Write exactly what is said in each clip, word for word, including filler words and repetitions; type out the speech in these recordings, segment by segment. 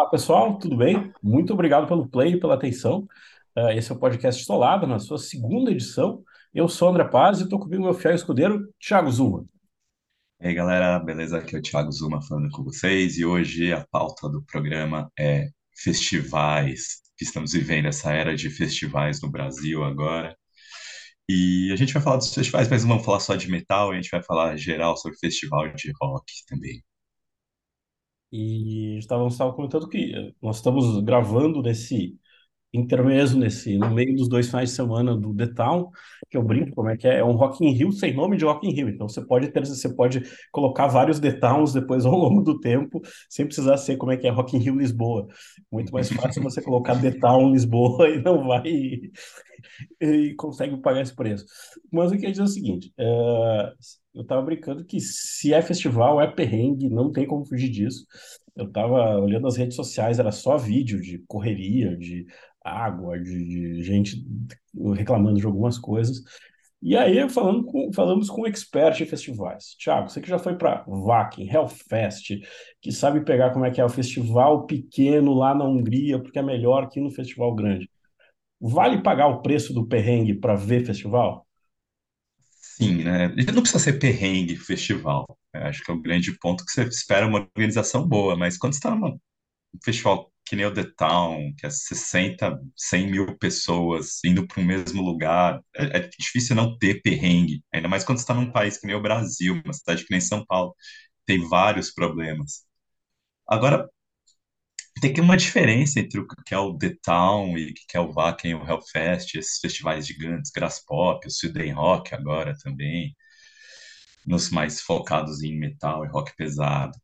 Olá, pessoal, tudo bem? Muito obrigado pelo play e pela atenção. Ah, esse é o podcast Solado, na sua segunda edição. Eu sou o André Paz e estou comigo meu fiel escudeiro, Thiago Zuma. E aí, galera, beleza? Aqui é o Thiago Zuma falando com vocês e hoje a pauta do programa é festivais, que estamos vivendo essa era de festivais no Brasil agora. E a gente vai falar dos festivais, mas não vamos falar só de metal, a gente vai falar geral sobre festival de rock também. E estávamos, estava comentando que eh, nós estamos gravando nesse intermezzo, nesse, no meio dos dois finais de semana do The Town, que eu brinco como é que é, é um Rock in Rio sem nome de Rock in Rio. Então você pode ter, você pode colocar vários The Towns depois ao longo do tempo, sem precisar ser como é que é Rock in Rio Lisboa. Muito mais fácil você colocar The Town Lisboa e não vai e consegue pagar esse preço. Mas eu queria dizer o seguinte, é, eu tava brincando que se é festival, é perrengue, não tem como fugir disso. Eu tava olhando as redes sociais, era só vídeo de correria, de água, de, de gente reclamando de algumas coisas. E aí, falando com, falamos com um expert em festivais. Thiago, você que já foi para Wacken, Hellfest, que sabe pegar como é que é o festival pequeno lá na Hungria, porque é melhor que no festival grande. Vale pagar o preço do perrengue para ver festival? Sim, né? Não precisa ser perrengue festival. Eu acho que é o grande ponto que você espera uma organização boa, mas quando você está numa um festival que nem o The Town, que é sessenta, cem mil pessoas indo para o mesmo lugar, é, é difícil não ter perrengue, ainda mais quando você está num país que nem o Brasil, uma cidade que nem São Paulo, tem vários problemas. Agora, tem que ter uma diferença entre o que é o The Town e o que é o Wacken, o Hellfest, esses festivais gigantes, Graspop, o Sweden Rock agora também, nos mais focados em metal e rock pesado.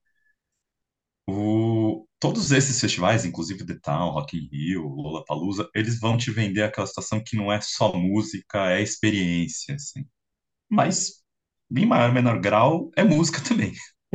O, todos esses festivais, inclusive The Town, Rock in Rio, Lollapalooza, eles vão te vender aquela situação que não é só música, é experiência, assim. Mas, em maior ou menor grau, é música também.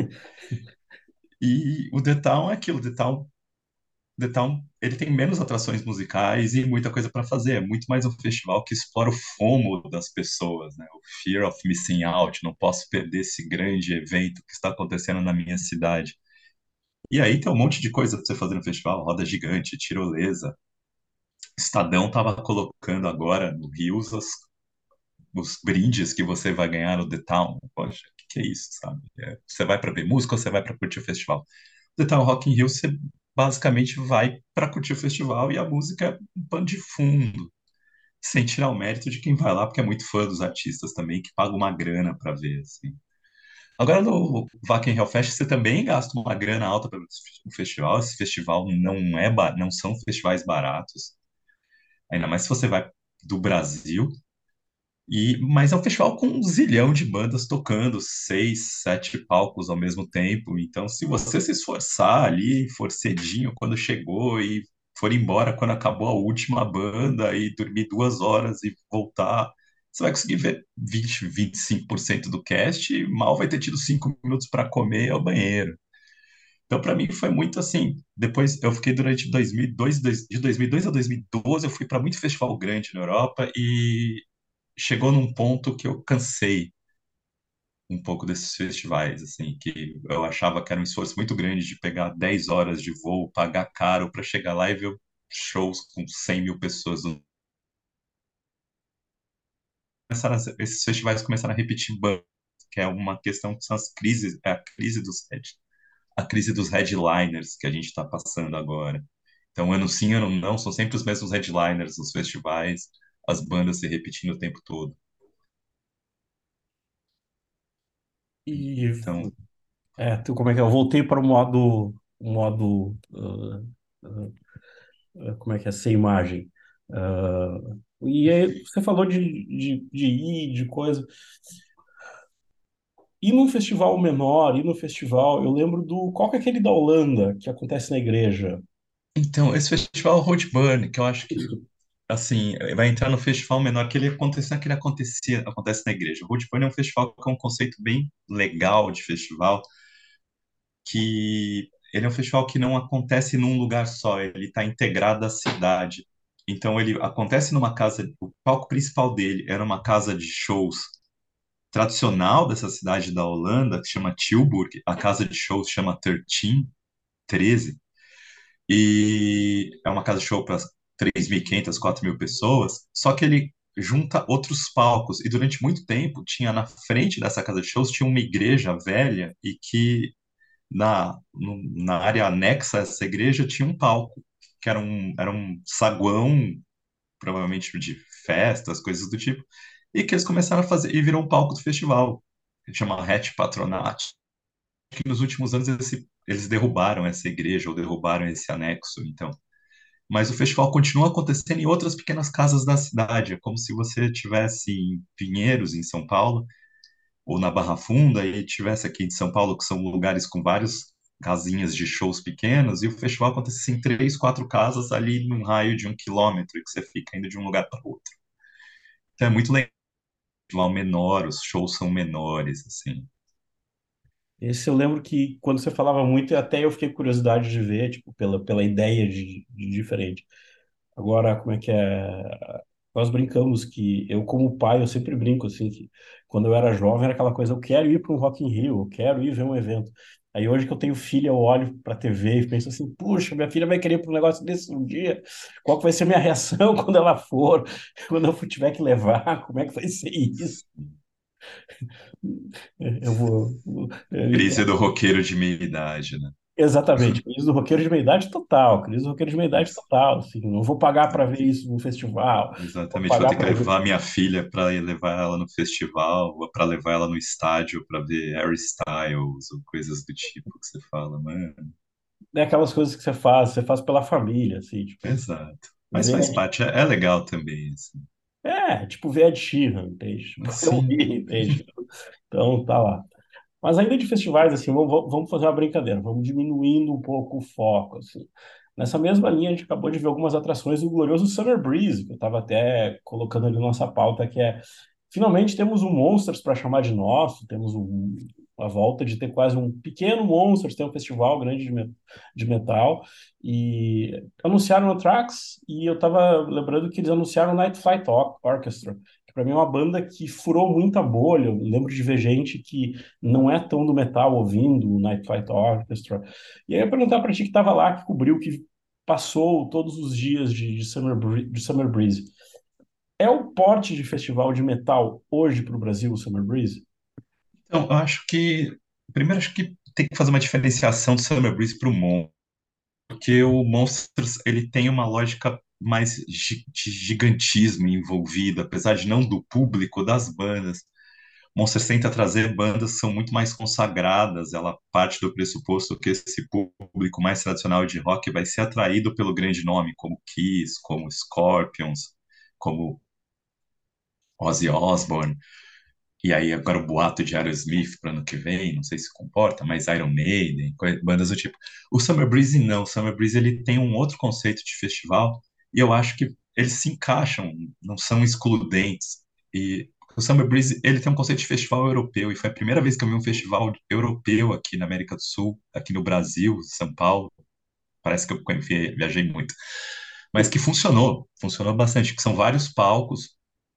E o The Town é aquilo, The Town, The Town, ele tem menos atrações musicais e muita coisa para fazer. É muito mais um festival que explora o FOMO das pessoas, né? O Fear of Missing Out, não posso perder esse grande evento que está acontecendo na minha cidade. E aí tem um monte de coisa pra você fazer no festival, roda gigante, tirolesa. Estadão tava colocando agora no Rios os, os brindes que você vai ganhar no The Town. Poxa, o que, que é isso, sabe? É, você vai para ver música ou você vai para curtir o festival? The Town Rock in Rio, você basicamente vai para curtir o festival e a música é um pano de fundo, sem tirar o mérito de quem vai lá, porque é muito fã dos artistas também, que paga uma grana para ver, assim. Agora, no Wacken Hellfest, você também gasta uma grana alta pelo festival. Esse festival não é, ba- não são festivais baratos, ainda mais se você vai do Brasil. E, mas é um festival com um zilhão de bandas tocando, seis, sete palcos ao mesmo tempo. Então, se você se esforçar ali, for cedinho quando chegou e for embora quando acabou a última banda e dormir duas horas e voltar, você vai conseguir ver vinte, vinte e cinco por cento do cast e mal vai ter tido cinco minutos para comer e ir ao banheiro. Então, para mim, foi muito assim. Depois, eu fiquei durante dois mil e dois, dois- de dois mil e dois a dois mil e doze, eu fui para muito festival grande na Europa e chegou num ponto que eu cansei um pouco desses festivais, assim, que eu achava que era um esforço muito grande de pegar dez horas de voo, pagar caro para chegar lá e ver shows com cem mil pessoas. Começaram a- esses festivais começaram a repetir bandas, que é uma questão que são as crises, é a crise dos head, a crise dos headliners que a gente está passando agora. Então, ano sim, ano não, são sempre os mesmos headliners nos festivais, as bandas se repetindo o tempo todo. E Então, é, tu, como é que é? Eu voltei para o modo, o modo, ah, ah, ah, como é que é, sem imagem. Ah, e aí, você falou de, de, de ir, de coisa. E num festival menor, e no festival, eu lembro do. Qual que é aquele da Holanda que acontece na igreja? então esse festival Roadburn, que eu acho que Isso. assim, vai entrar no festival menor que ele acontece, não é que ele acontecia, acontece na igreja. O Road Burn é um festival que é um conceito bem legal de festival, que ele é um festival que não acontece num lugar só, ele está integrado à cidade. Então ele acontece numa casa, o palco principal dele era uma casa de shows tradicional dessa cidade da Holanda, que chama Tilburg, a casa de shows chama treze, treze. E é uma casa de show para três mil e quinhentas, quatro mil pessoas, só que ele junta outros palcos. E durante muito tempo, tinha na frente dessa casa de shows, tinha uma igreja velha e que na, no- na área anexa a essa igreja tinha um palco, que era um, era um saguão, provavelmente de festas, coisas do tipo, e que eles começaram a fazer, e virou um palco do festival, que chama Hatch Patronat. Que nos últimos anos esse- eles derrubaram essa igreja ou derrubaram esse anexo, então. Mas o festival continua acontecendo em outras pequenas casas da cidade. É como se você tivesse em Pinheiros, em São Paulo, ou na Barra Funda, e tivesse aqui em São Paulo, que são lugares com várias casinhas de shows pequenos, e o festival acontece em três, quatro casas ali num raio de um quilômetro, que você fica indo de um lugar para outro. Então é muito legal. Lá menor, os shows são menores, assim. Esse eu lembro que quando você falava muito, até eu fiquei com curiosidade de ver, tipo, pela, pela ideia de, de diferente. Agora, como é que é? Nós brincamos que eu, como pai, eu sempre brinco assim, que quando eu era jovem era aquela coisa, eu quero ir para um Rock in Rio, eu quero ir ver um evento. Aí hoje que eu tenho filha, eu olho para a T V e penso assim, puxa, minha filha vai querer ir para um negócio desse um dia. Qual que vai ser minha reação quando ela for? Quando eu tiver que levar, como é que vai ser isso? Eu vou. Crise do roqueiro de meia idade, né? Exatamente, crise do roqueiro de meia-idade total, crise do roqueiro de meia-idade total, assim, não vou pagar para ver isso no festival, vou Exatamente, vou pagar ter que para ver. levar minha filha para levar ela no festival, ou para levar ela no estádio para ver Harry Styles, ou coisas do tipo que você fala, mano. É aquelas coisas que você faz, você faz pela família, assim, tipo, Exato. Mas faz ver, parte, é, é legal também, assim. é, tipo, ver Ed Sheeran, entende? Tipo, eu Sim. vi, entende? Então, tá lá. Mas ainda de festivais, assim, vamos, vamos fazer uma brincadeira, vamos diminuindo um pouco o foco, assim. Nessa mesma linha, a gente acabou de ver algumas atrações do glorioso Summer Breeze, que eu estava até colocando ali na nossa pauta, que é, finalmente temos um Monsters para chamar de nosso, temos um, a volta de ter quase um pequeno Monsters, tem um festival grande de, me- de metal, e anunciaram o Trax, e eu estava lembrando que eles anunciaram o Night Flight Or- Orchestra, que para mim é uma banda que furou muita bolha, eu lembro de ver gente que não é tão do metal ouvindo o Night Flight Orchestra. E aí eu ia perguntar para ti que estava lá, que cobriu, que passou todos os dias de, de Summer, Bree- de Summer Breeze. É o porte de festival de metal hoje para o Brasil, o Summer Breeze? Então, eu acho que, primeiro, acho que tem que fazer uma diferenciação do Summer Breeze para o Mon, porque o Monsters, ele tem uma lógica mais gi- de gigantismo envolvida, apesar de não do público, das bandas. Monsters tenta trazer bandas que são muito mais consagradas, ela parte do pressuposto que esse público mais tradicional de rock vai ser atraído pelo grande nome, como Kiss, como Scorpions, como Ozzy Osbourne, e aí agora o boato de Aerosmith para ano que vem, não sei se comporta, mas Iron Maiden, coi- bandas do tipo. O Summer Breeze não, o Summer Breeze ele tem um outro conceito de festival, e eu acho que eles se encaixam, não são excludentes. E o Summer Breeze, ele tem um conceito de festival europeu, e foi a primeira vez que eu vi um festival europeu aqui na América do Sul, aqui no Brasil, São Paulo. Parece que eu vi- viajei muito. Mas que funcionou, funcionou bastante, que são vários palcos,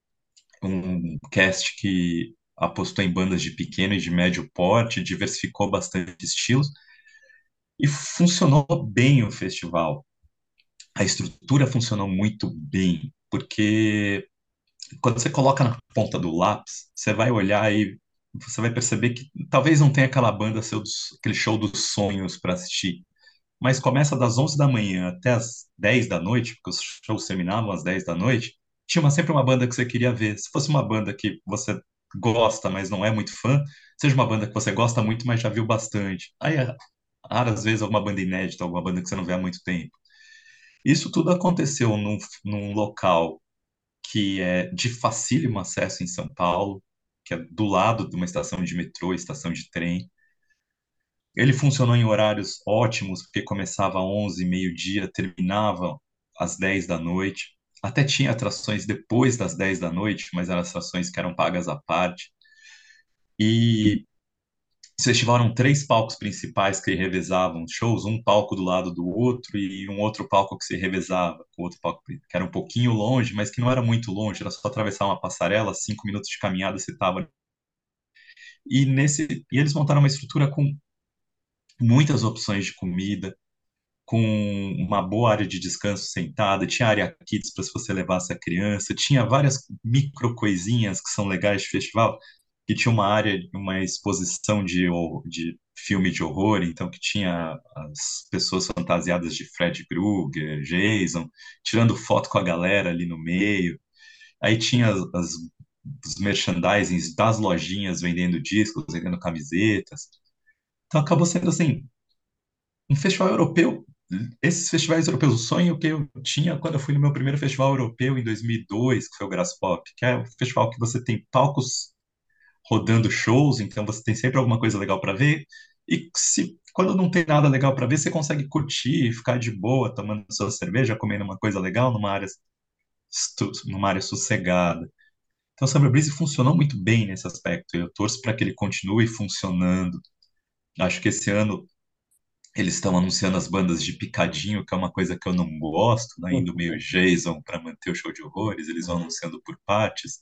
um cast que apostou em bandas de pequeno e de médio porte, diversificou bastante estilos, e funcionou bem o festival. A estrutura funcionou muito bem, porque quando você coloca na ponta do lápis, você vai olhar e você vai perceber que talvez não tenha aquela banda, seu, aquele show dos sonhos para assistir, mas começa das onze da manhã até as dez da noite, porque os shows terminavam às dez da noite, tinha uma- sempre uma banda que você queria ver. Se fosse uma banda que você gosta, mas não é muito fã, seja uma banda que você gosta muito, mas já viu bastante. Aí, raras vezes, alguma banda inédita, alguma banda que você não vê há muito tempo. Isso tudo aconteceu num, num local que é de facílimo acesso em São Paulo, que é do lado de uma estação de metrô, estação de trem. Ele funcionou em horários ótimos, porque começava às onze, meio-dia, terminava às dez da noite. Até tinha atrações depois das dez da noite, mas eram atrações que eram pagas à parte. E vocês tiveram três palcos principais que revezavam shows, um palco do lado do outro e um outro palco que se revezava, com outro palco que era um pouquinho longe, mas que não era muito longe, era só atravessar uma passarela, cinco minutos de caminhada você estava. E nesse, e eles montaram uma estrutura com muitas opções de comida, com uma boa área de descanso sentada, tinha área kids para se você levasse a criança, tinha várias micro coisinhas que são legais de festival, que tinha uma área, uma exposição de, hor- de filme de horror, então que tinha as pessoas fantasiadas de Fred Krueger, Jason, tirando foto com a galera ali no meio. Aí tinha as, as- os merchandisings das lojinhas vendendo discos, vendendo camisetas. Então acabou sendo assim, um festival europeu. Esses festivais europeus, o sonho que eu tinha quando eu fui no meu primeiro festival europeu em dois mil e dois, que foi o Graspop, que é um festival que você tem palcos rodando shows, então você tem sempre alguma coisa legal para ver. E se quando não tem nada legal para ver, você consegue curtir, ficar de boa, tomando sua cerveja, comendo uma coisa legal numa área, estu- numa área sossegada. Então, o Summer Breeze funcionou muito bem nesse aspecto. Eu torço para que ele continue funcionando. Acho que esse ano eles estão anunciando as bandas de picadinho, que é uma coisa que eu não gosto, né? Indo meio Jason para manter o show de horrores, eles vão anunciando por partes.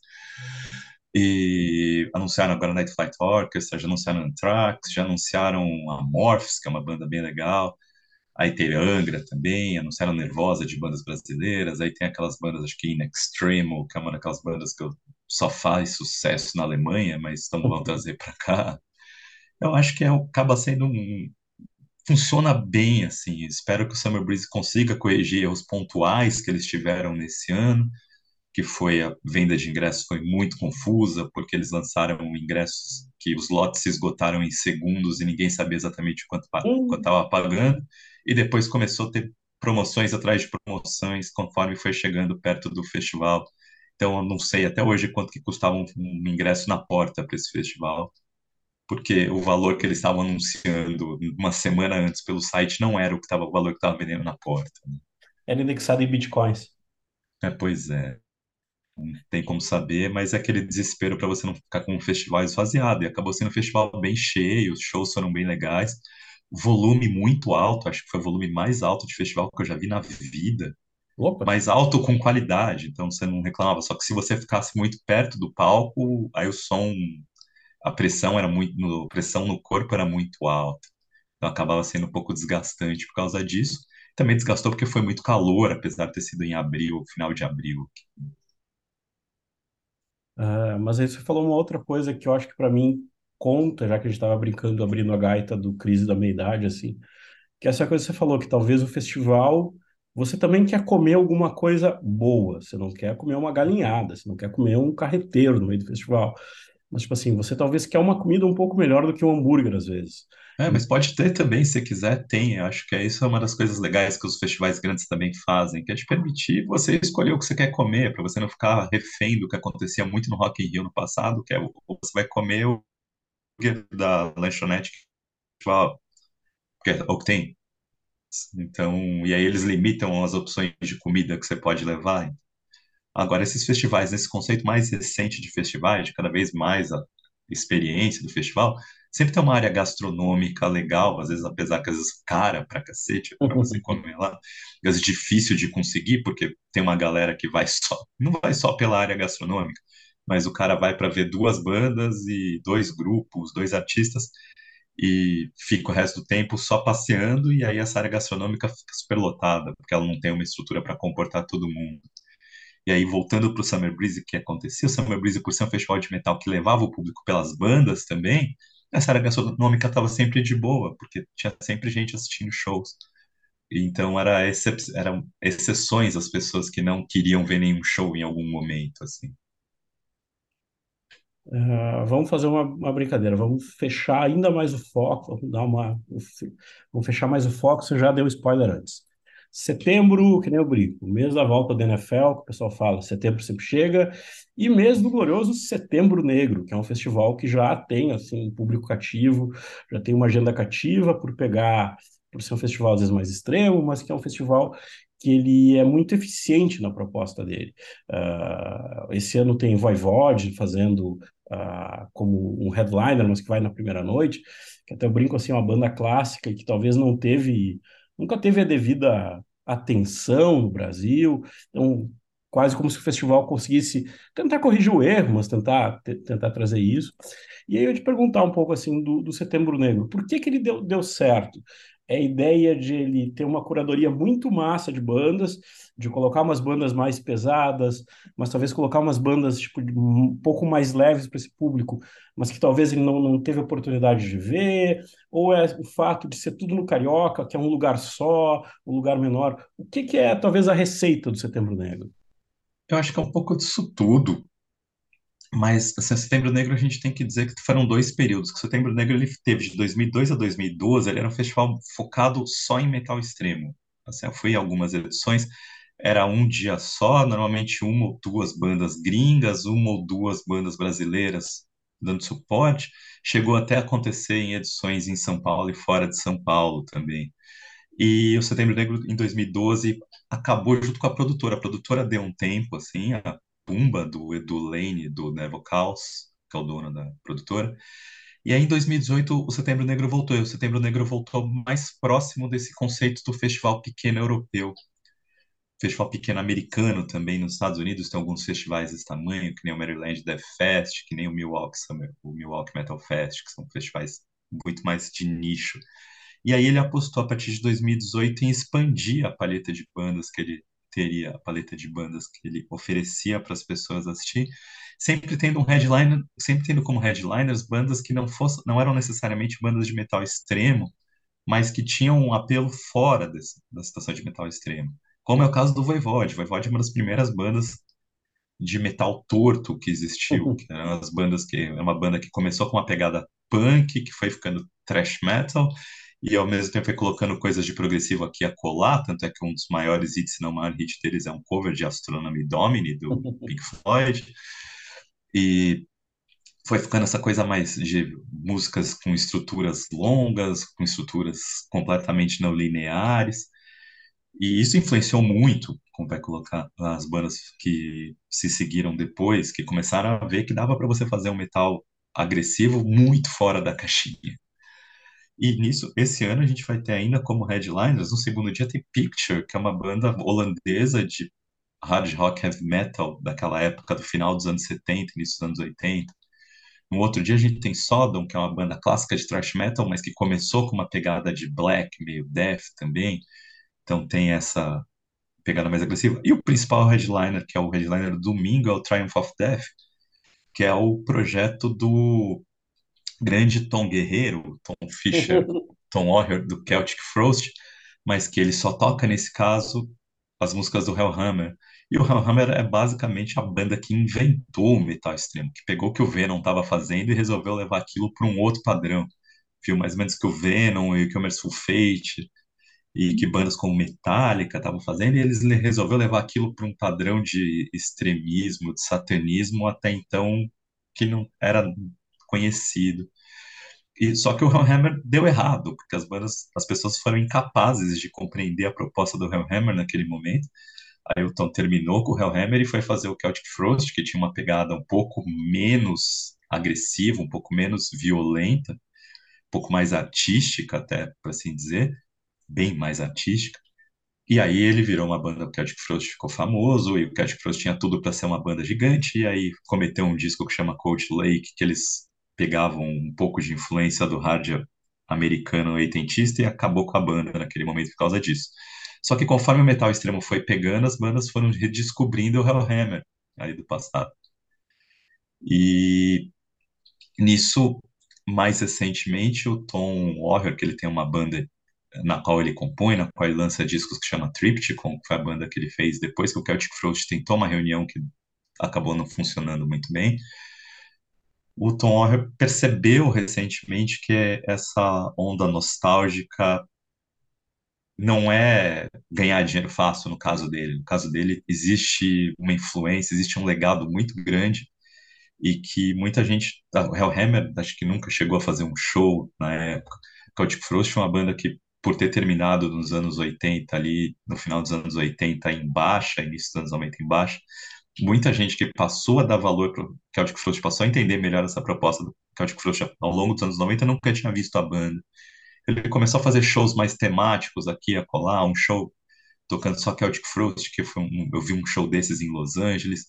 E anunciaram agora Night Flight Orchestra, já anunciaram Anthrax, já anunciaram Amorphis, que é uma banda bem legal. Aí teve Angra também, anunciaram Nervosa de bandas brasileiras. Aí tem aquelas bandas, acho que In Extremo, que é uma daquelas bandas que eu só faz sucesso na Alemanha, mas então vão trazer para cá. Eu acho que é, acaba sendo um, funciona bem, assim. Espero que o Summer Breeze consiga corrigir erros pontuais que eles tiveram nesse ano, que foi a venda de ingressos foi muito confusa, porque eles lançaram ingressos que os lotes se esgotaram em segundos e ninguém sabia exatamente quanto estava pagando, e depois começou a ter promoções atrás de promoções conforme foi chegando perto do festival. Então, eu não sei até hoje quanto que custava um, um ingresso na porta para esse festival, porque o valor que eles estavam anunciando uma semana antes pelo site não era o que estava o valor que estava vendendo na porta, né? Era indexado em bitcoins. É, pois é, não tem como saber, mas é aquele desespero para você não ficar com um festival esvaziado. E acabou sendo um festival bem cheio, os shows foram bem legais, volume muito alto, acho que foi o volume mais alto de festival que eu já vi na vida, Opa! mais alto com qualidade, então você não reclamava. Só que se você ficasse muito perto do palco, aí o som, a pressão era muito, no, a pressão no corpo era muito alta. Então acabava sendo um pouco desgastante por causa disso. Também desgastou porque foi muito calor, apesar de ter sido em abril, final de abril. Ah, mas aí você falou uma outra coisa que eu acho que para mim conta, já que a gente estava brincando, abrindo a gaita do Crise da Meia-Idade, assim, que essa coisa que você falou, que talvez o festival você também quer comer alguma coisa boa, você não quer comer uma galinhada, você não quer comer um carreteiro no meio do festival. Mas, tipo assim, você talvez quer uma comida um pouco melhor do que um hambúrguer, às vezes. É, mas pode ter também, se quiser, tem. Eu acho que é isso é uma das coisas legais que os festivais grandes também fazem, que é te permitir você escolher o que você quer comer, para você não ficar refém do que acontecia muito no Rock in Rio no passado, que é o ou você vai comer o hambúrguer da lanchonete, que é o que tem. Então, e aí eles limitam as opções de comida que você pode levar. Agora, esses festivais, nesse conceito mais recente de festivais, de cada vez mais a experiência do festival, sempre tem uma área gastronômica legal, às vezes, apesar que às vezes cara pra cacete para você comer lá, às vezes difícil de conseguir, porque tem uma galera que vai só, não vai só pela área gastronômica, mas o cara vai para ver duas bandas e dois grupos, dois artistas, e fica o resto do tempo só passeando, e aí essa área gastronômica fica superlotada, porque ela não tem uma estrutura para comportar todo mundo. E aí, voltando para o Summer Breeze, que acontecia, o Summer Breeze, por ser um festival de metal que levava o público pelas bandas também, essa área gastronômica estava sempre de boa, porque tinha sempre gente assistindo shows. E então, era excep eram exceções as pessoas que não queriam ver nenhum show em algum momento, assim. Ah, vamos fazer uma, uma brincadeira, vamos fechar ainda mais o foco, vamos dar uma, vamos fechar mais o foco, você já deu spoiler antes. Setembro, que nem eu brinco, mês da volta da N F L, que o pessoal fala, setembro sempre chega, e mês do glorioso Setembro Negro, que é um festival que já tem, assim, um público cativo, já tem uma agenda cativa por pegar, por ser um festival às vezes mais extremo, mas que é um festival que ele é muito eficiente na proposta dele. Uh, esse ano tem Voivode fazendo uh, como um headliner, mas que vai na primeira noite, que até eu brinco assim, uma banda clássica e que talvez não teve, nunca teve a devida atenção no Brasil, então quase como se o festival conseguisse tentar corrigir o erro, mas tentar, te- tentar trazer isso. E aí eu ia te perguntar um pouco assim do, do Setembro Negro, por que que ele deu, deu certo? É a ideia de ele ter uma curadoria muito massa de bandas, de colocar umas bandas mais pesadas, mas talvez colocar umas bandas tipo, de um pouco mais leves para esse público, mas que talvez ele não, não teve oportunidade de ver, ou é o fato de ser tudo no Carioca, que é um lugar só, um lugar menor. O que que é talvez a receita do Setembro Negro? Eu acho que é um pouco disso tudo. Mas, assim, Setembro Negro a gente tem que dizer que foram dois períodos. Que o Setembro Negro ele teve de dois mil e dois a dois mil e doze, ele era um festival focado só em metal extremo. Assim, eu fui em algumas edições, era um dia só, normalmente uma ou duas bandas gringas, uma ou duas bandas brasileiras dando suporte. Chegou até a acontecer em edições em São Paulo e fora de São Paulo também. E o Setembro Negro, em dois mil e doze, acabou junto com a produtora. A produtora deu um tempo, assim, a Pumba, do Edu Lane, do Neville Caus, que é o dono da produtora. E aí, em dois mil e dezoito, o Setembro Negro voltou. E o Setembro Negro voltou mais próximo desse conceito do festival pequeno europeu. Festival pequeno americano também nos Estados Unidos tem alguns festivais desse tamanho, que nem o Maryland Death Fest, que nem o Milwaukee Summer, o Milwaukee Metal Fest, que são festivais muito mais de nicho. E aí ele apostou a partir de dois mil e dezoito em expandir a paleta de bandas que ele teria, a paleta de bandas que ele oferecia para as pessoas assistir, sempre tendo um headliner, sempre tendo como headliners bandas que não fossem, não eram necessariamente bandas de metal extremo, mas que tinham um apelo fora desse, da situação de metal extremo. Como é o caso do Voivode. Voivode é uma das primeiras bandas de metal torto que existiu, que eram as bandas que é uma banda que começou com uma pegada punk, que foi ficando thrash metal e ao mesmo tempo foi colocando coisas de progressivo aqui a colar, tanto é que um dos maiores hits, se não o maior hit deles é um cover de Astronomy Domini do Pink Floyd. E foi ficando essa coisa mais de músicas com estruturas longas, com estruturas completamente não lineares. E isso influenciou muito, como vai colocar, as bandas que se seguiram depois, que começaram a ver que dava para você fazer um metal agressivo muito fora da caixinha. E nisso, esse ano a gente vai ter ainda como headliners, no segundo dia tem Picture, que é uma banda holandesa de hard rock heavy metal daquela época, do final dos anos setenta, início dos anos oitenta. No outro dia a gente tem Sodom, que é uma banda clássica de thrash metal, mas que começou com uma pegada de black, meio death também. Então tem essa pegada mais agressiva. E o principal headliner, que é o headliner do domingo, é o Triumph of Death, que é o projeto do grande Tom Guerreiro, Tom Fisher, Tom Warrior, do Celtic Frost, mas que ele só toca, nesse caso, as músicas do Hellhammer. E o Hellhammer é basicamente a banda que inventou o metal extremo, que pegou o que o Venom estava fazendo e resolveu levar aquilo para um outro padrão. Viu mais ou menos que o Venom e o que o Merciful Fate e que bandas como Metallica estavam fazendo, e eles le- resolveu levar aquilo para um padrão de extremismo, de satanismo até então que não era conhecido. E só que o Hellhammer deu errado, porque as bandas, as pessoas foram incapazes de compreender a proposta do Hellhammer naquele momento. Aí o Tom terminou com o Hellhammer e foi fazer o Celtic Frost, que tinha uma pegada um pouco menos agressiva, um pouco menos violenta, um pouco mais artística, até por assim dizer, bem mais artística. E aí ele virou uma banda, o Celtic Frost ficou famoso, e o Celtic Frost tinha tudo para ser uma banda gigante, e aí cometeu um disco que chama Coach Lake, que eles pegavam um pouco de influência do hard americano oitentista e acabou com a banda naquele momento por causa disso. Só que conforme o metal extremo foi pegando, as bandas foram redescobrindo o Hellhammer, aí do passado. E nisso, mais recentemente, o Tom Warrior, que ele tem uma banda na qual ele compõe, na qual ele lança discos que chama Triptychon, que foi a banda que ele fez depois que o Celtic Frost tentou uma reunião que acabou não funcionando muito bem. O Tom Warrior percebeu recentemente que essa onda nostálgica não é ganhar dinheiro fácil no caso dele. No caso dele, existe uma influência, existe um legado muito grande e que muita gente, o Hellhammer, acho que nunca chegou a fazer um show na época. Celtic Frost foi uma banda que, por ter terminado nos anos oitenta, ali, no final dos anos oitenta, em baixa, início dos anos noventa em baixa, muita gente que passou a dar valor para o Celtic Frost, passou a entender melhor essa proposta do Celtic Frost ao longo dos anos noventa, nunca tinha visto a banda. Ele começou a fazer shows mais temáticos aqui, a colar, um show tocando só Celtic Frost, que foi um, eu vi um show desses em Los Angeles,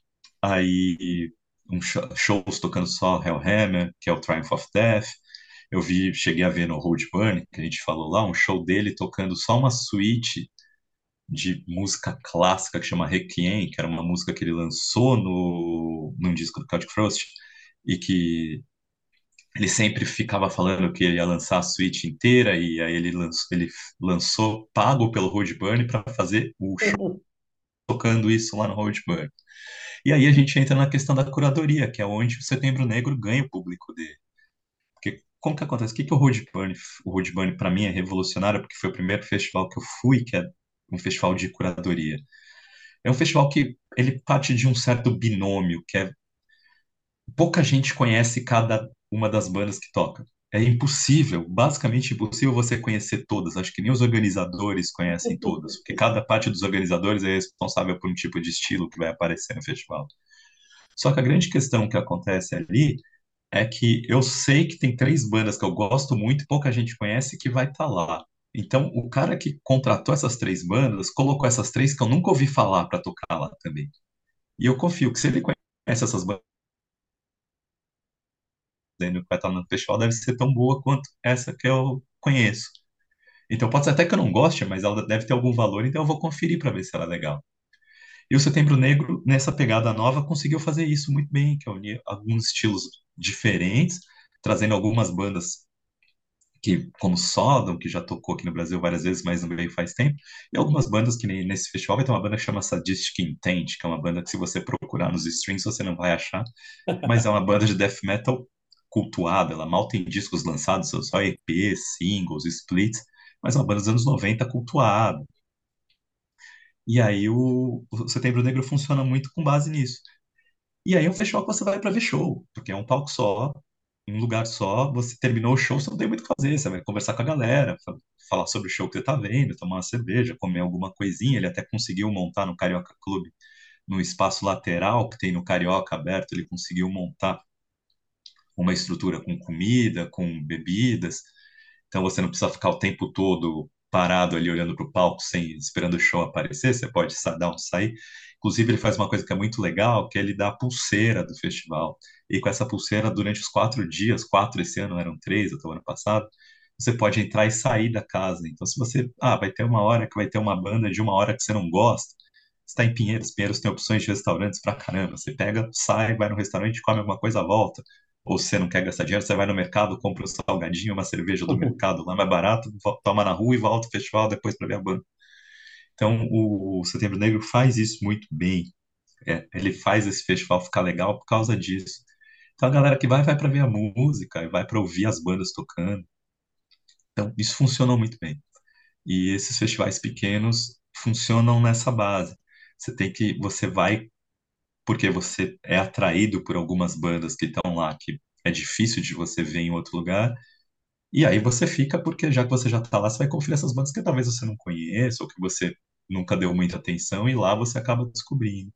aí um show, shows tocando só Hellhammer, que é o Triumph of Death, Eu vi, cheguei a ver no Road Burn, que a gente falou lá, um show dele tocando só uma suíte de música clássica que chama Requiem, que era uma música que ele lançou no, num disco do Celtic Frost, e que ele sempre ficava falando que ele ia lançar a suíte inteira, e aí ele lançou, ele lançou pago pelo Road Burn para fazer o show tocando isso lá no Road Burn. E aí a gente entra na questão da curadoria, que é onde o Setembro Negro ganha o público dele. Porque como que acontece? O que que o Road Burn, o Road Burn para mim é revolucionário, porque foi o primeiro festival que eu fui, que é um festival de curadoria. É um festival que ele parte de um certo binômio, que é pouca gente conhece cada uma das bandas que toca. É impossível, basicamente impossível você conhecer todas. Acho que nem os organizadores conhecem todas, porque cada parte dos organizadores é responsável por um tipo de estilo que vai aparecer no festival. Só que a grande questão que acontece ali é que eu sei que tem três bandas que eu gosto muito e pouca gente conhece que vai estar lá. Então, o cara que contratou essas três bandas colocou essas três que eu nunca ouvi falar para tocar lá também. E eu confio que se ele conhece essas bandas que vai estar no festival, deve ser tão boa quanto essa que eu conheço. Então, pode ser até que eu não goste, mas ela deve ter algum valor, então eu vou conferir para ver se ela é legal. E o Setembro Negro, nessa pegada nova, conseguiu fazer isso muito bem, que é unir alguns estilos diferentes, trazendo algumas bandas que, como Sodom, que já tocou aqui no Brasil várias vezes, mas não veio faz tempo, e algumas bandas que nem nesse festival vai ter uma banda que chama Sadistic Intent, que é uma banda que se você procurar nos streams você não vai achar, mas é uma banda de death metal cultuada, ela mal tem discos lançados, são só E Ps, singles, splits, mas é uma banda dos anos noventa cultuada. E aí o, o Setembro Negro funciona muito com base nisso. E aí é um festival que você vai para ver show, porque é um palco só, um lugar só, você terminou o show, você não tem muito o que fazer, você vai conversar com a galera, fa- falar sobre o show que você tá vendo, tomar uma cerveja, comer alguma coisinha. Ele até conseguiu montar no Carioca Clube, no espaço lateral que tem no Carioca aberto, ele conseguiu montar uma estrutura com comida, com bebidas, então você não precisa ficar o tempo todo parado ali olhando para o palco sem esperando o show aparecer, você pode sa- dar um sair. Inclusive, ele faz uma coisa que é muito legal, que é ele dá a pulseira do festival. E com essa pulseira, durante os quatro dias, quatro esse ano, eram três até o ano passado, você pode entrar e sair da casa. Então, se você, ah, vai ter uma hora que vai ter uma banda de uma hora que você não gosta, você está em Pinheiros, Pinheiros tem opções de restaurantes pra caramba. Você pega, sai, vai no restaurante, come alguma coisa, volta. Ou se você não quer gastar dinheiro, você vai no mercado, compra um salgadinho, uma cerveja do mercado lá mais barato, vo- toma na rua e volta ao festival depois para ver a banda. Então, o Setembro Negro faz isso muito bem. É, ele faz esse festival ficar legal por causa disso. Então, a galera que vai, vai para ver a música, vai para ouvir as bandas tocando. Então, isso funcionou muito bem. E esses festivais pequenos funcionam nessa base. Você tem que, você vai porque você é atraído por algumas bandas que estão lá, que é difícil de você ver em outro lugar. E aí você fica, porque já que você já está lá, você vai conferir essas bandas que talvez você não conheça, ou que você nunca deu muita atenção, e lá você acaba descobrindo.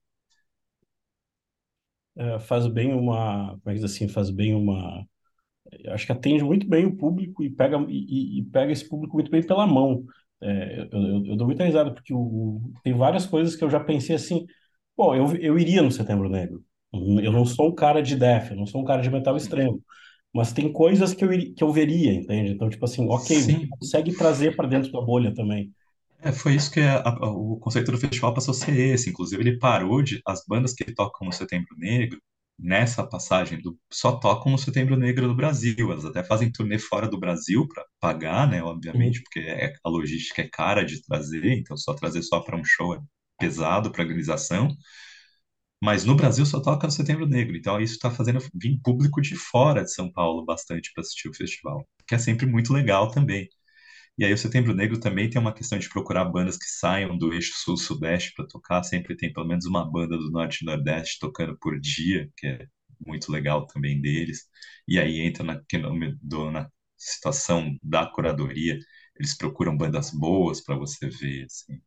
É, faz bem uma, como é que diz assim, faz bem uma, acho que atende muito bem o público e pega, e, e pega esse público muito bem pela mão. É, eu, eu, eu dou muita risada, porque o, tem várias coisas que eu já pensei assim, pô, eu, eu iria no Setembro Negro. Eu não sou um cara de death, eu não sou um cara de metal extremo, mas tem coisas que eu, iri- que eu veria, entende? Então, tipo assim, ok, você Sim, consegue trazer para dentro da bolha também. é, foi isso que a- a- o conceito do festival passou a ser esse. Inclusive, ele parou de. As bandas que tocam no Setembro Negro, nessa passagem, do, só tocam no Setembro Negro do Brasil. Elas até fazem turnê fora do Brasil para pagar, né? Obviamente, Uhum. porque é- a logística é cara de trazer, então só trazer só para um show é pesado para a organização. Mas no Brasil só toca no Setembro Negro, então isso está fazendo vir público de fora de São Paulo bastante para assistir o festival, que é sempre muito legal também. E aí o Setembro Negro também tem uma questão de procurar bandas que saiam do eixo sul-sudeste para tocar, sempre tem pelo menos uma banda do norte e nordeste tocando por dia, que é muito legal também deles. E aí entra na, que no- do- na situação da curadoria, eles procuram bandas boas para você ver, assim.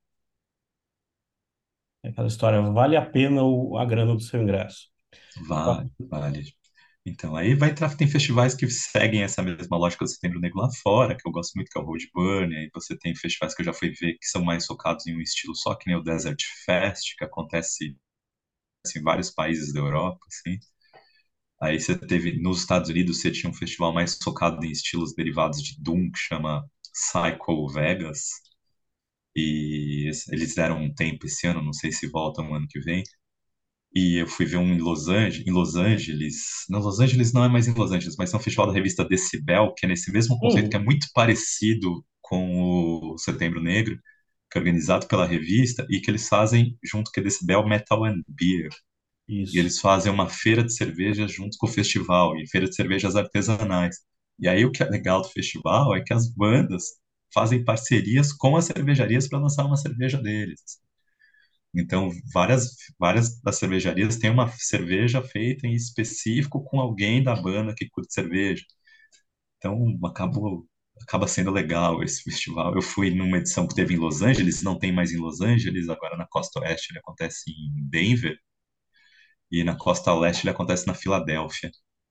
É aquela história, vale a pena o, a grana do seu ingresso. Vale, vale. Então, aí vai entrar, tem festivais que seguem essa mesma lógica do Setembro Negro lá fora, que eu gosto muito, que é o Road Burn, aí você tem festivais que eu já fui ver que são mais focados em um estilo só, que nem o Desert Fest, que acontece em vários países da Europa, assim. Aí você teve, nos Estados Unidos, você tinha um festival mais focado em estilos derivados de Doom, que chama Psycho Vegas, e es- eles deram um tempo esse ano, não sei se voltam no ano que vem. E eu fui ver um em Los Angeles, em Los Angeles, não, Los Angeles não é mais em Los Angeles, mas é um festival da revista Decibel, que é nesse mesmo conceito, que é Hum, muito parecido com o Setembro Negro, que é organizado pela revista, e que eles fazem junto com a Decibel Metal and Beer. E isso. eles fazem uma feira de cervejas junto com o festival, e feira de cervejas artesanais. E aí o que é legal do festival é que as bandas fazem parcerias com as cervejarias para lançar uma cerveja deles. Então, várias, várias das cervejarias têm uma cerveja feita em específico com alguém da banda que curte cerveja. Então, acabou, acaba sendo legal esse festival. Eu fui numa edição que teve em Los Angeles, não tem mais em Los Angeles, agora na Costa Oeste ele acontece em Denver, e na Costa Leste ele acontece na Filadélfia.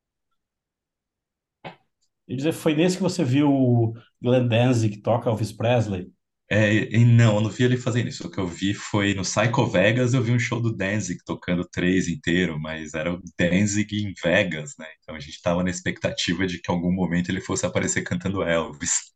E dizer, foi nesse que você viu o Glenn Danzig que toca Elvis Presley? É, e não, eu não vi ele fazendo isso. O que eu vi foi no Psycho Vegas, eu vi um show do Danzig tocando três inteiro, mas era o Danzig em Vegas, né? Então a gente tava na expectativa de que em algum momento ele fosse aparecer cantando Elvis.